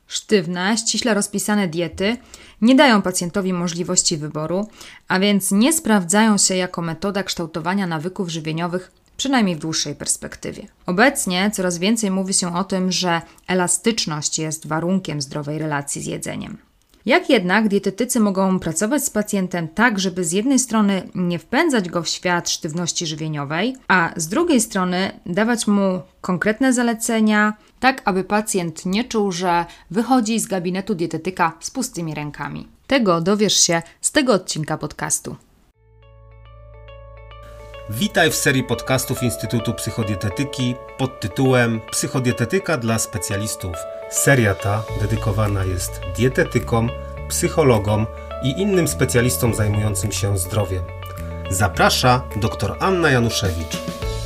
Sztywne, ściśle rozpisane diety nie dają pacjentowi możliwości wyboru, a więc nie sprawdzają się jako metoda kształtowania nawyków żywieniowych, przynajmniej w dłuższej perspektywie. Obecnie coraz więcej mówi się o tym, że elastyczność jest warunkiem zdrowej relacji z jedzeniem. Jak jednak dietetycy mogą pracować z pacjentem tak, żeby z jednej strony nie wpędzać go w świat sztywności żywieniowej, a z drugiej strony dawać mu konkretne zalecenia, tak aby pacjent nie czuł, że wychodzi z gabinetu dietetyka z pustymi rękami. Tego dowiesz się z tego odcinka podcastu. Witaj w serii podcastów Instytutu Psychodietetyki pod tytułem Psychodietetyka dla specjalistów. Seria ta dedykowana jest dietetykom, psychologom i innym specjalistom zajmującym się zdrowiem. Zaprasza dr Anna Januszewicz.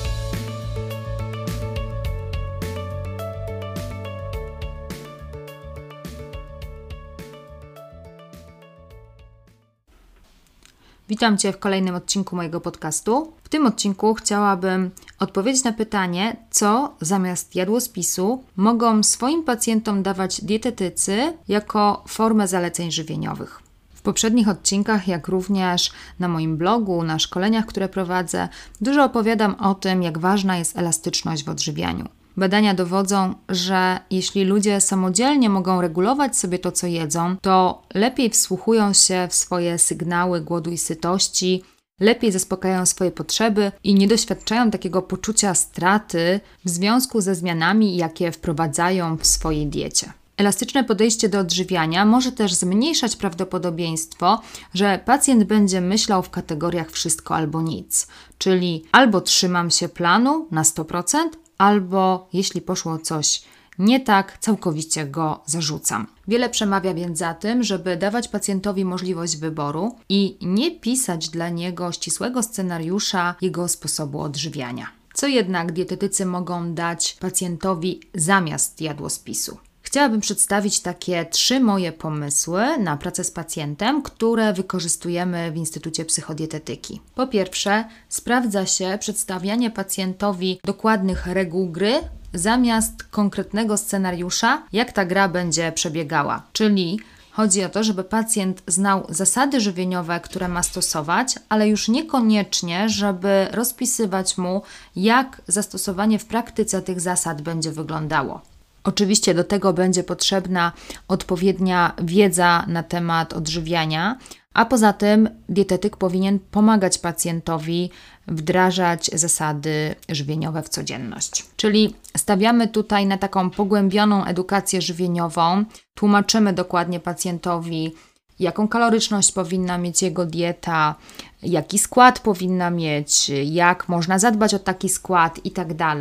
Witam Cię w kolejnym odcinku mojego podcastu. W tym odcinku chciałabym odpowiedzieć na pytanie, co zamiast jadłospisu mogą swoim pacjentom dawać dietetycy jako formę zaleceń żywieniowych. W poprzednich odcinkach, jak również na moim blogu, na szkoleniach, które prowadzę, dużo opowiadam o tym, jak ważna jest elastyczność w odżywianiu. Badania dowodzą, że jeśli ludzie samodzielnie mogą regulować sobie to, co jedzą, to lepiej wsłuchują się w swoje sygnały głodu i sytości, lepiej zaspokajają swoje potrzeby i nie doświadczają takiego poczucia straty w związku ze zmianami, jakie wprowadzają w swojej diecie. Elastyczne podejście do odżywiania może też zmniejszać prawdopodobieństwo, że pacjent będzie myślał w kategoriach wszystko albo nic, czyli albo trzymam się planu na 100%, albo jeśli poszło coś nie tak, całkowicie go zarzucam. Wiele przemawia więc za tym, żeby dawać pacjentowi możliwość wyboru i nie pisać dla niego ścisłego scenariusza jego sposobu odżywiania. Co jednak dietetycy mogą dać pacjentowi zamiast jadłospisu? Chciałabym przedstawić takie 3 moje pomysły na pracę z pacjentem, które wykorzystujemy w Instytucie Psychodietetyki. Po pierwsze, sprawdza się przedstawianie pacjentowi dokładnych reguł gry zamiast konkretnego scenariusza, jak ta gra będzie przebiegała. Czyli chodzi o to, żeby pacjent znał zasady żywieniowe, które ma stosować, ale już niekoniecznie, żeby rozpisywać mu, jak zastosowanie w praktyce tych zasad będzie wyglądało. Oczywiście do tego będzie potrzebna odpowiednia wiedza na temat odżywiania, a poza tym dietetyk powinien pomagać pacjentowi wdrażać zasady żywieniowe w codzienność. Czyli stawiamy tutaj na taką pogłębioną edukację żywieniową, tłumaczymy dokładnie pacjentowi, jaką kaloryczność powinna mieć jego dieta, jaki skład powinna mieć, jak można zadbać o taki skład itd.,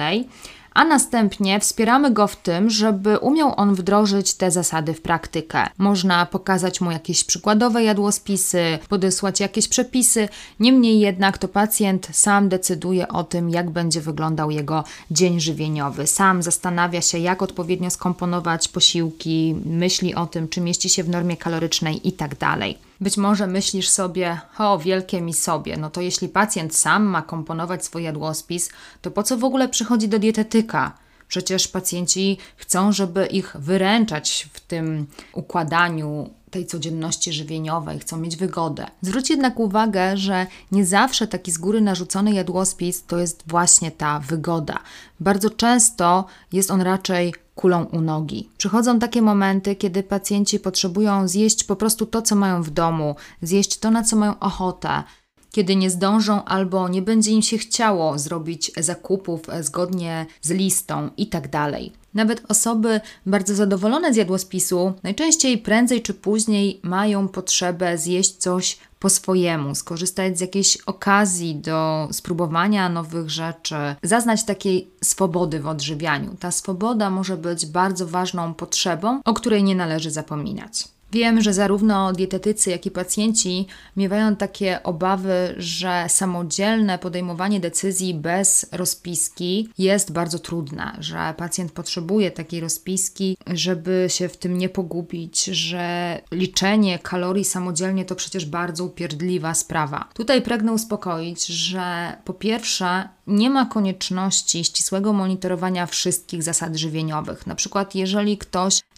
a następnie wspieramy go w tym, żeby umiał on wdrożyć te zasady w praktykę. Można pokazać mu jakieś przykładowe jadłospisy, podesłać jakieś przepisy, niemniej jednak to pacjent sam decyduje o tym, jak będzie wyglądał jego dzień żywieniowy. Sam zastanawia się, jak odpowiednio skomponować posiłki, myśli o tym, czy mieści się w normie kalorycznej itd. Być może myślisz sobie, wielkie mi sobie, no to jeśli pacjent sam ma komponować swój jadłospis, to po co w ogóle przychodzi do dietetyka? Przecież pacjenci chcą, żeby ich wyręczać w tym układaniu tej codzienności żywieniowej, chcą mieć wygodę. Zwróć jednak uwagę, że nie zawsze taki z góry narzucony jadłospis to jest właśnie ta wygoda. Bardzo często jest on raczej kulą u nogi. Przychodzą takie momenty, kiedy pacjenci potrzebują zjeść po prostu to, co mają w domu, zjeść to, na co mają ochotę, kiedy nie zdążą albo nie będzie im się chciało zrobić zakupów zgodnie z listą itd. Nawet osoby bardzo zadowolone z jadłospisu najczęściej prędzej czy później mają potrzebę zjeść coś po swojemu, skorzystać z jakiejś okazji do spróbowania nowych rzeczy, zaznać takiej swobody w odżywianiu. Ta swoboda może być bardzo ważną potrzebą, o której nie należy zapominać. Wiem, że zarówno dietetycy, jak i pacjenci miewają takie obawy, że samodzielne podejmowanie decyzji bez rozpiski jest bardzo trudne, że pacjent potrzebuje takiej rozpiski, żeby się w tym nie pogubić, że liczenie kalorii samodzielnie to przecież bardzo upierdliwa sprawa. Tutaj pragnę uspokoić, że po pierwsze nie ma konieczności ścisłego monitorowania wszystkich zasad żywieniowych. Na przykład jeżeli ktoś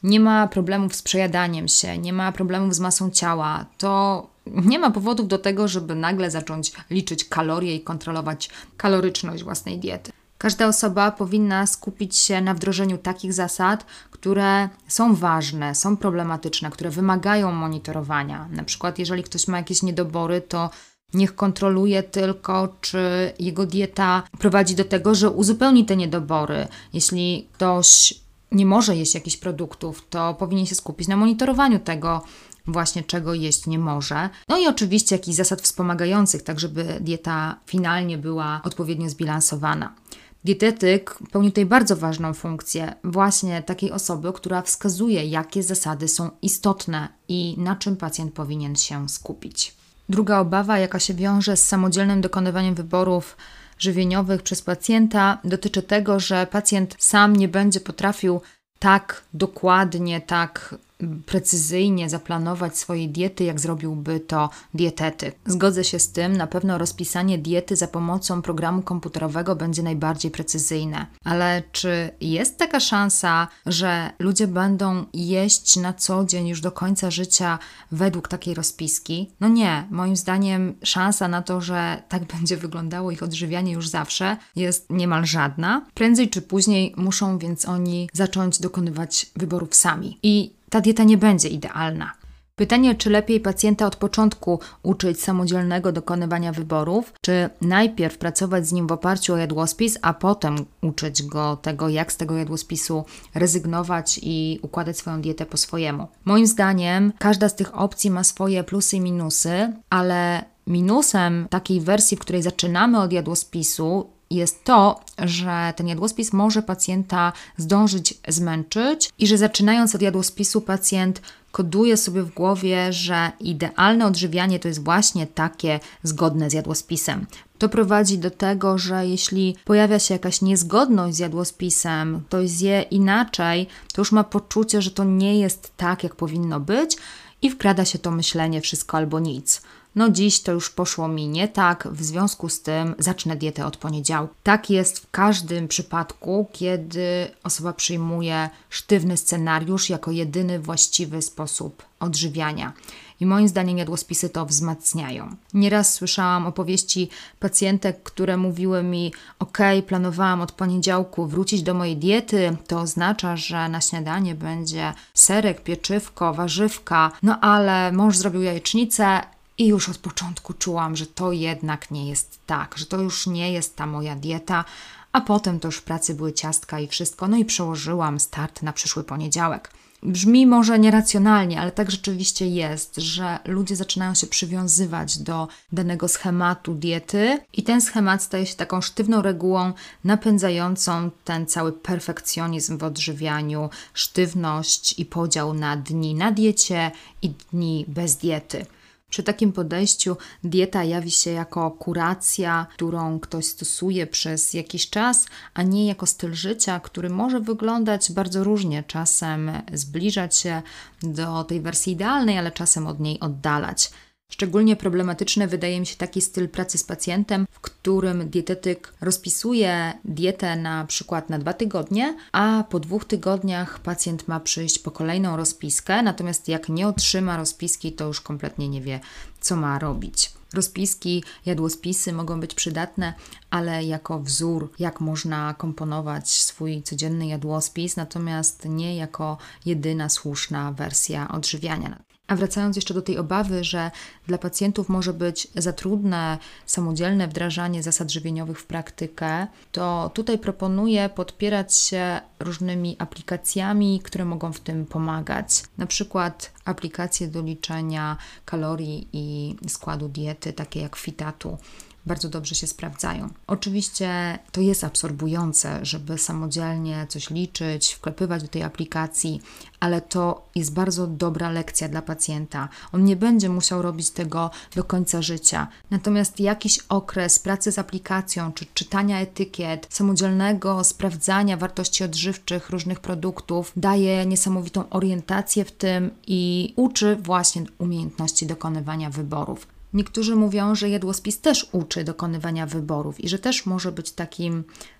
nie ma problemów z przejadaniem się, nie ma problemów z masą ciała, to nie ma powodów do tego, żeby nagle zacząć liczyć kalorie i kontrolować kaloryczność własnej diety. Każda osoba powinna skupić się na wdrożeniu takich zasad, które są ważne, są problematyczne, które wymagają monitorowania. Na przykład jeżeli ktoś ma jakieś niedobory, to niech kontroluje tylko, czy jego dieta prowadzi do tego, że uzupełni te niedobory. Jeśli ktoś nie może jeść jakichś produktów, to powinien się skupić na monitorowaniu tego właśnie, czego jeść nie może. No i oczywiście jakichś zasad wspomagających, tak żeby dieta finalnie była odpowiednio zbilansowana. Dietetyk pełni tutaj bardzo ważną funkcję właśnie takiej osoby, która wskazuje, jakie zasady są istotne i na czym pacjent powinien się skupić. Druga obawa, jaka się wiąże z samodzielnym dokonywaniem wyborów żywieniowych przez pacjenta, dotyczy tego, że pacjent sam nie będzie potrafił tak dokładnie, tak precyzyjnie zaplanować swojej diety, jak zrobiłby to dietetyk. Zgodzę się z tym, na pewno rozpisanie diety za pomocą programu komputerowego będzie najbardziej precyzyjne. Ale czy jest taka szansa, że ludzie będą jeść na co dzień już do końca życia według takiej rozpiski? No nie. Moim zdaniem szansa na to, że tak będzie wyglądało ich odżywianie już zawsze, jest niemal żadna. Prędzej czy później muszą więc oni zacząć dokonywać wyborów sami. I ta dieta nie będzie idealna. Pytanie, czy lepiej pacjenta od początku uczyć samodzielnego dokonywania wyborów, czy najpierw pracować z nim w oparciu o jadłospis, a potem uczyć go tego, jak z tego jadłospisu rezygnować i układać swoją dietę po swojemu. Moim zdaniem każda z tych opcji ma swoje plusy i minusy, ale minusem takiej wersji, w której zaczynamy od jadłospisu, jest to, że ten jadłospis może pacjenta zdążyć zmęczyć i że zaczynając od jadłospisu pacjent koduje sobie w głowie, że idealne odżywianie to jest właśnie takie zgodne z jadłospisem. To prowadzi do tego, że jeśli pojawia się jakaś niezgodność z jadłospisem, ktoś zje inaczej, to już ma poczucie, że to nie jest tak, jak powinno być i wkrada się to myślenie wszystko albo nic. No dziś to już poszło mi nie tak, w związku z tym zacznę dietę od poniedziałku. Tak jest w każdym przypadku, kiedy osoba przyjmuje sztywny scenariusz jako jedyny właściwy sposób odżywiania. I moim zdaniem jadłospisy to wzmacniają. Nieraz słyszałam opowieści pacjentek, które mówiły mi: planowałam od poniedziałku wrócić do mojej diety, to oznacza, że na śniadanie będzie serek, pieczywko, warzywka, no ale mąż zrobił jajecznicę i już od początku czułam, że to jednak nie jest tak, że to już nie jest ta moja dieta, a potem to już w pracy były ciastka i wszystko, no i przełożyłam start na przyszły poniedziałek. Brzmi może nieracjonalnie, ale tak rzeczywiście jest, że ludzie zaczynają się przywiązywać do danego schematu diety i ten schemat staje się taką sztywną regułą napędzającą ten cały perfekcjonizm w odżywianiu, sztywność i podział na dni na diecie i dni bez diety. Przy takim podejściu dieta jawi się jako kuracja, którą ktoś stosuje przez jakiś czas, a nie jako styl życia, który może wyglądać bardzo różnie. Czasem zbliżać się do tej wersji idealnej, ale czasem od niej oddalać. Szczególnie problematyczny wydaje mi się taki styl pracy z pacjentem, w którym dietetyk rozpisuje dietę na przykład na 2 tygodnie, a po 2 tygodniach pacjent ma przyjść po kolejną rozpiskę, natomiast jak nie otrzyma rozpiski, to już kompletnie nie wie, co ma robić. Rozpiski, jadłospisy mogą być przydatne, ale jako wzór, jak można komponować swój codzienny jadłospis, natomiast nie jako jedyna słuszna wersja odżywiania. A wracając jeszcze do tej obawy, że dla pacjentów może być za trudne samodzielne wdrażanie zasad żywieniowych w praktykę, to tutaj proponuję podpierać się różnymi aplikacjami, które mogą w tym pomagać. Na przykład aplikacje do liczenia kalorii i składu diety, takie jak Fitatu, bardzo dobrze się sprawdzają. Oczywiście to jest absorbujące, żeby samodzielnie coś liczyć, wklepywać do tej aplikacji, ale to jest bardzo dobra lekcja dla pacjenta. On nie będzie musiał robić tego do końca życia. Natomiast jakiś okres pracy z aplikacją, czy czytania etykiet, samodzielnego sprawdzania wartości odżywczych różnych produktów daje niesamowitą orientację w tym i uczy właśnie umiejętności dokonywania wyborów. Niektórzy mówią, że jadłospis też uczy dokonywania wyborów i że też może być takim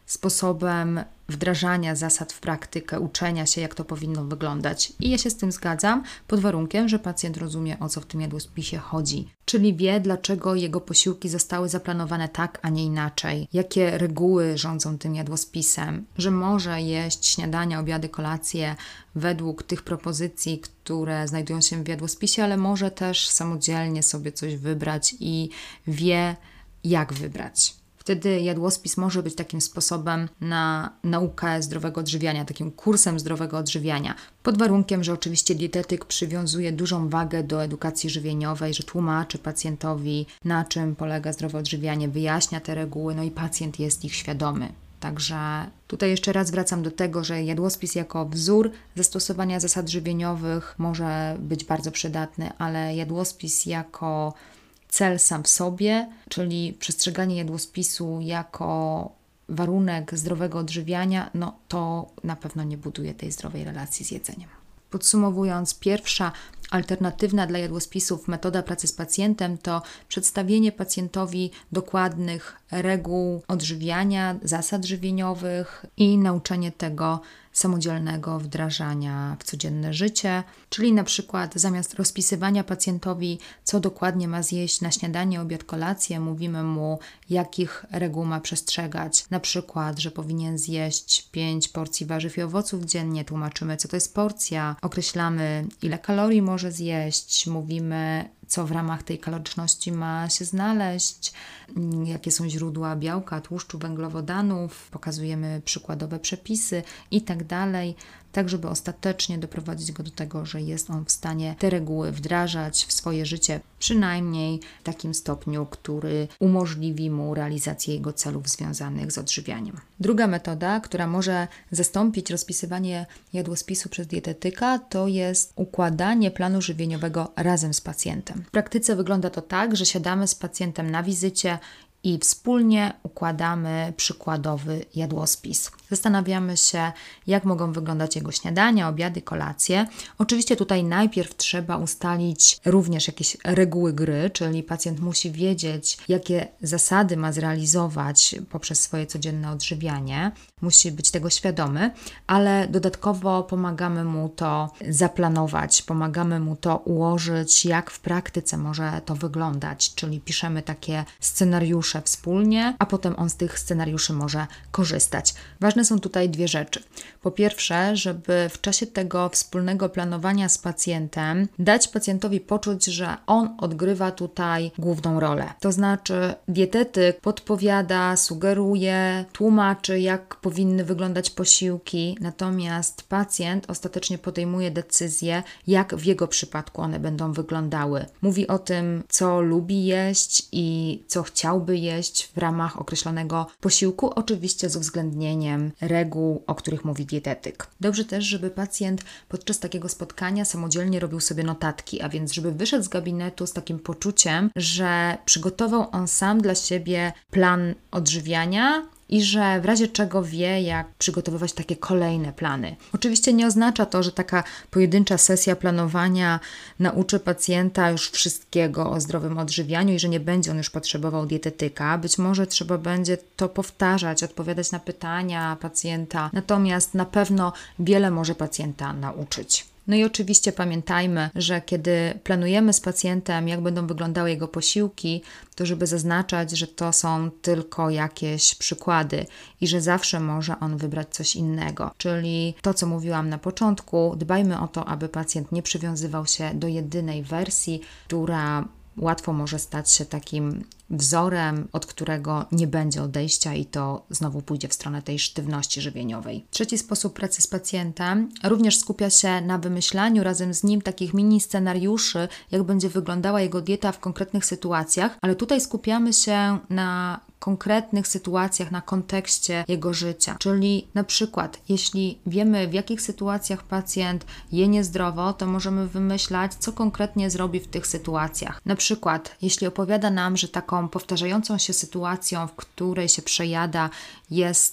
sposobem wdrażania zasad w praktykę, uczenia się, jak to powinno wyglądać. I ja się z tym zgadzam, pod warunkiem, że pacjent rozumie, o co w tym jadłospisie chodzi. Czyli wie, dlaczego jego posiłki zostały zaplanowane tak, a nie inaczej. Jakie reguły rządzą tym jadłospisem. Że może jeść śniadania, obiady, kolacje według tych propozycji, które znajdują się w jadłospisie, ale może też samodzielnie sobie coś wybrać i wie, jak wybrać. Wtedy jadłospis może być takim sposobem na naukę zdrowego odżywiania, takim kursem zdrowego odżywiania. Pod warunkiem, że oczywiście dietetyk przywiązuje dużą wagę do edukacji żywieniowej, że tłumaczy pacjentowi, na czym polega zdrowe odżywianie, wyjaśnia te reguły, no i pacjent jest ich świadomy. Także tutaj jeszcze raz wracam do tego, że jadłospis jako wzór zastosowania zasad żywieniowych może być bardzo przydatny, ale jadłospis jako cel sam w sobie, czyli przestrzeganie jadłospisu jako warunek zdrowego odżywiania, no to na pewno nie buduje tej zdrowej relacji z jedzeniem. Podsumowując, pierwsza alternatywna dla jadłospisów metoda pracy z pacjentem to przedstawienie pacjentowi dokładnych reguł odżywiania, zasad żywieniowych i nauczenie tego samodzielnego wdrażania w codzienne życie, czyli na przykład zamiast rozpisywania pacjentowi, co dokładnie ma zjeść na śniadanie, obiad, kolację, mówimy mu, jakich reguł ma przestrzegać. Na przykład, że powinien zjeść 5 porcji warzyw i owoców dziennie, tłumaczymy, co to jest porcja, określamy, ile kalorii może zjeść, mówimy, co w ramach tej kaloryczności ma się znaleźć, jakie są źródła białka, tłuszczu, węglowodanów, pokazujemy przykładowe przepisy i tak dalej, tak żeby ostatecznie doprowadzić go do tego, że jest on w stanie te reguły wdrażać w swoje życie, przynajmniej w takim stopniu, który umożliwi mu realizację jego celów związanych z odżywianiem. Druga metoda, która może zastąpić rozpisywanie jadłospisu przez dietetyka, to jest układanie planu żywieniowego razem z pacjentem. W praktyce wygląda to tak, że siadamy z pacjentem na wizycie i wspólnie układamy przykładowy jadłospis. Zastanawiamy się, jak mogą wyglądać jego śniadania, obiady, kolacje. Oczywiście tutaj najpierw trzeba ustalić również jakieś reguły gry, czyli pacjent musi wiedzieć, jakie zasady ma zrealizować poprzez swoje codzienne odżywianie. Musi być tego świadomy, ale dodatkowo pomagamy mu to zaplanować, pomagamy mu to ułożyć, jak w praktyce może to wyglądać, czyli piszemy takie scenariusze wspólnie, a potem on z tych scenariuszy może korzystać. Ważne są tutaj dwie rzeczy. Po pierwsze, żeby w czasie tego wspólnego planowania z pacjentem dać pacjentowi poczuć, że on odgrywa tutaj główną rolę. To znaczy dietetyk podpowiada, sugeruje, tłumaczy, jak powinny wyglądać posiłki, natomiast pacjent ostatecznie podejmuje decyzję, jak w jego przypadku one będą wyglądały. Mówi o tym, co lubi jeść i co chciałby jeść w ramach określonego posiłku, oczywiście z uwzględnieniem reguł, o których mówi dietetyk. Dobrze też, żeby pacjent podczas takiego spotkania samodzielnie robił sobie notatki, a więc żeby wyszedł z gabinetu z takim poczuciem, że przygotował on sam dla siebie plan odżywiania i że w razie czego wie, jak przygotowywać takie kolejne plany. Oczywiście nie oznacza to, że taka pojedyncza sesja planowania nauczy pacjenta już wszystkiego o zdrowym odżywianiu i że nie będzie on już potrzebował dietetyka. Być może trzeba będzie to powtarzać, odpowiadać na pytania pacjenta, natomiast na pewno wiele może pacjenta nauczyć. No i oczywiście pamiętajmy, że kiedy planujemy z pacjentem, jak będą wyglądały jego posiłki, to żeby zaznaczać, że to są tylko jakieś przykłady i że zawsze może on wybrać coś innego. Czyli to, co mówiłam na początku, dbajmy o to, aby pacjent nie przywiązywał się do jedynej wersji, która łatwo może stać się takim wzorem, od którego nie będzie odejścia i to znowu pójdzie w stronę tej sztywności żywieniowej. Trzeci sposób pracy z pacjentem również skupia się na wymyślaniu razem z nim takich mini scenariuszy, jak będzie wyglądała jego dieta w konkretnych sytuacjach, ale tutaj skupiamy się na konkretnych sytuacjach, na kontekście jego życia. Czyli na przykład, jeśli wiemy, w jakich sytuacjach pacjent je niezdrowo, to możemy wymyślać, co konkretnie zrobi w tych sytuacjach. Na przykład, jeśli opowiada nam, że taką powtarzającą się sytuacją, w której się przejada, jest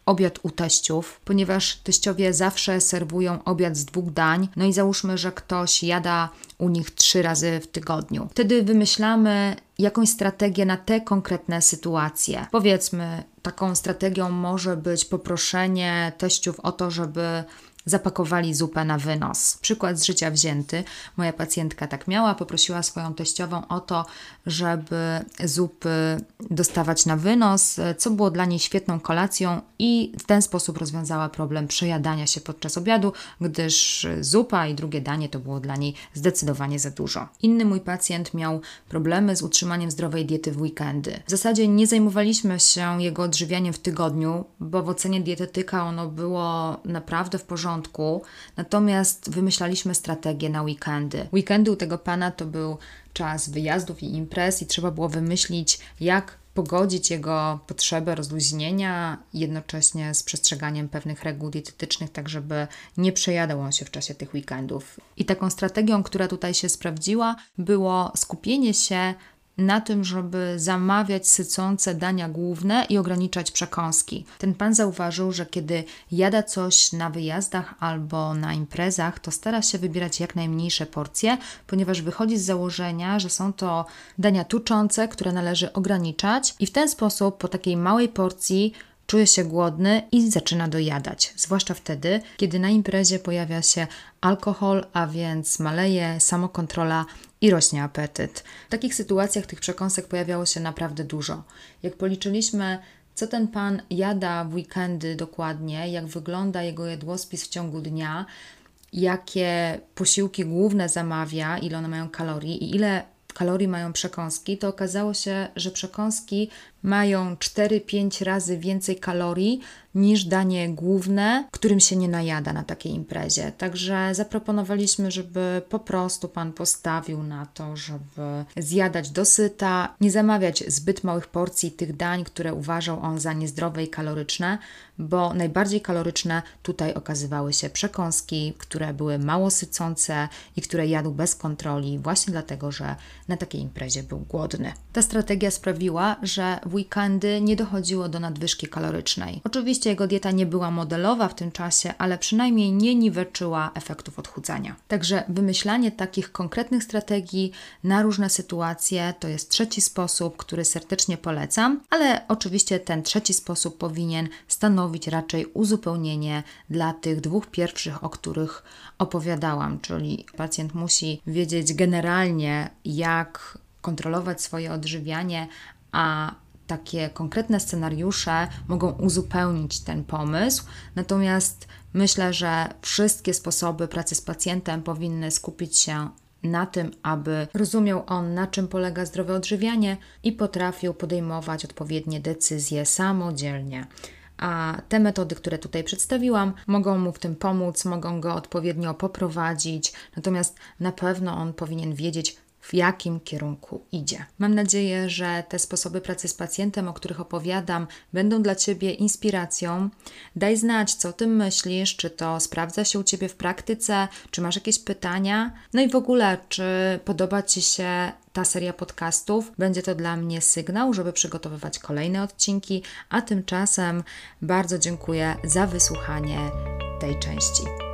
obiad u teściów, ponieważ teściowie zawsze serwują obiad z 2 dań, no i załóżmy, że ktoś jada u nich 3 razy w tygodniu. Wtedy wymyślamy jakąś strategię na te konkretne sytuacje. Powiedzmy, taką strategią może być poproszenie teściów o to, żeby zapakowali zupę na wynos. Przykład z życia wzięty. Moja pacjentka tak miała, poprosiła swoją teściową o to, żeby zupy dostawać na wynos, co było dla niej świetną kolacją i w ten sposób rozwiązała problem przejadania się podczas obiadu, gdyż zupa i drugie danie to było dla niej zdecydowanie za dużo. Inny mój pacjent miał problemy z utrzymaniem zdrowej diety w weekendy. W zasadzie nie zajmowaliśmy się jego odżywianiem w tygodniu, bo w ocenie dietetyka ono było naprawdę w porządku, natomiast wymyślaliśmy strategię na weekendy. Weekendy u tego pana to był czas wyjazdów i imprez i trzeba było wymyślić, jak pogodzić jego potrzebę rozluźnienia jednocześnie z przestrzeganiem pewnych reguł dietetycznych, tak żeby nie przejadał on się w czasie tych weekendów. I taką strategią, która tutaj się sprawdziła, było skupienie się na tym, żeby zamawiać sycące dania główne i ograniczać przekąski. Ten pan zauważył, że kiedy jada coś na wyjazdach albo na imprezach, to stara się wybierać jak najmniejsze porcje, ponieważ wychodzi z założenia, że są to dania tuczące, które należy ograniczać i w ten sposób po takiej małej porcji czuje się głodny i zaczyna dojadać. Zwłaszcza wtedy, kiedy na imprezie pojawia się alkohol, a więc maleje samokontrola i rośnie apetyt. W takich sytuacjach tych przekąsek pojawiało się naprawdę dużo. Jak policzyliśmy, co ten pan jada w weekendy dokładnie, jak wygląda jego jadłospis w ciągu dnia, jakie posiłki główne zamawia, ile one mają kalorii i ile kalorii mają przekąski, to okazało się, że przekąski mają 4-5 razy więcej kalorii niż danie główne, którym się nie najada na takiej imprezie. Także zaproponowaliśmy, żeby po prostu pan postawił na to, żeby zjadać dosyta, nie zamawiać zbyt małych porcji tych dań, które uważał on za niezdrowe i kaloryczne, bo najbardziej kaloryczne tutaj okazywały się przekąski, które były mało sycące i które jadł bez kontroli, właśnie dlatego, że na takiej imprezie był głodny. Ta strategia sprawiła, że w weekendy nie dochodziło do nadwyżki kalorycznej. Oczywiście jego dieta nie była modelowa w tym czasie, ale przynajmniej nie niweczyła efektów odchudzania. Także wymyślanie takich konkretnych strategii na różne sytuacje to jest trzeci sposób, który serdecznie polecam, ale oczywiście ten trzeci sposób powinien stanowić raczej uzupełnienie dla tych 2 pierwszych, o których opowiadałam, czyli pacjent musi wiedzieć generalnie, jak kontrolować swoje odżywianie, a takie konkretne scenariusze mogą uzupełnić ten pomysł. Natomiast myślę, że wszystkie sposoby pracy z pacjentem powinny skupić się na tym, aby rozumiał on, na czym polega zdrowe odżywianie i potrafił podejmować odpowiednie decyzje samodzielnie. A te metody, które tutaj przedstawiłam, mogą mu w tym pomóc, mogą go odpowiednio poprowadzić, natomiast na pewno on powinien wiedzieć, w jakim kierunku idzie. Mam nadzieję, że te sposoby pracy z pacjentem, o których opowiadam, będą dla Ciebie inspiracją. Daj znać, co o tym myślisz, czy to sprawdza się u Ciebie w praktyce, czy masz jakieś pytania, no i w ogóle, czy podoba Ci się ta seria podcastów. Będzie to dla mnie sygnał, żeby przygotowywać kolejne odcinki, a tymczasem bardzo dziękuję za wysłuchanie tej części.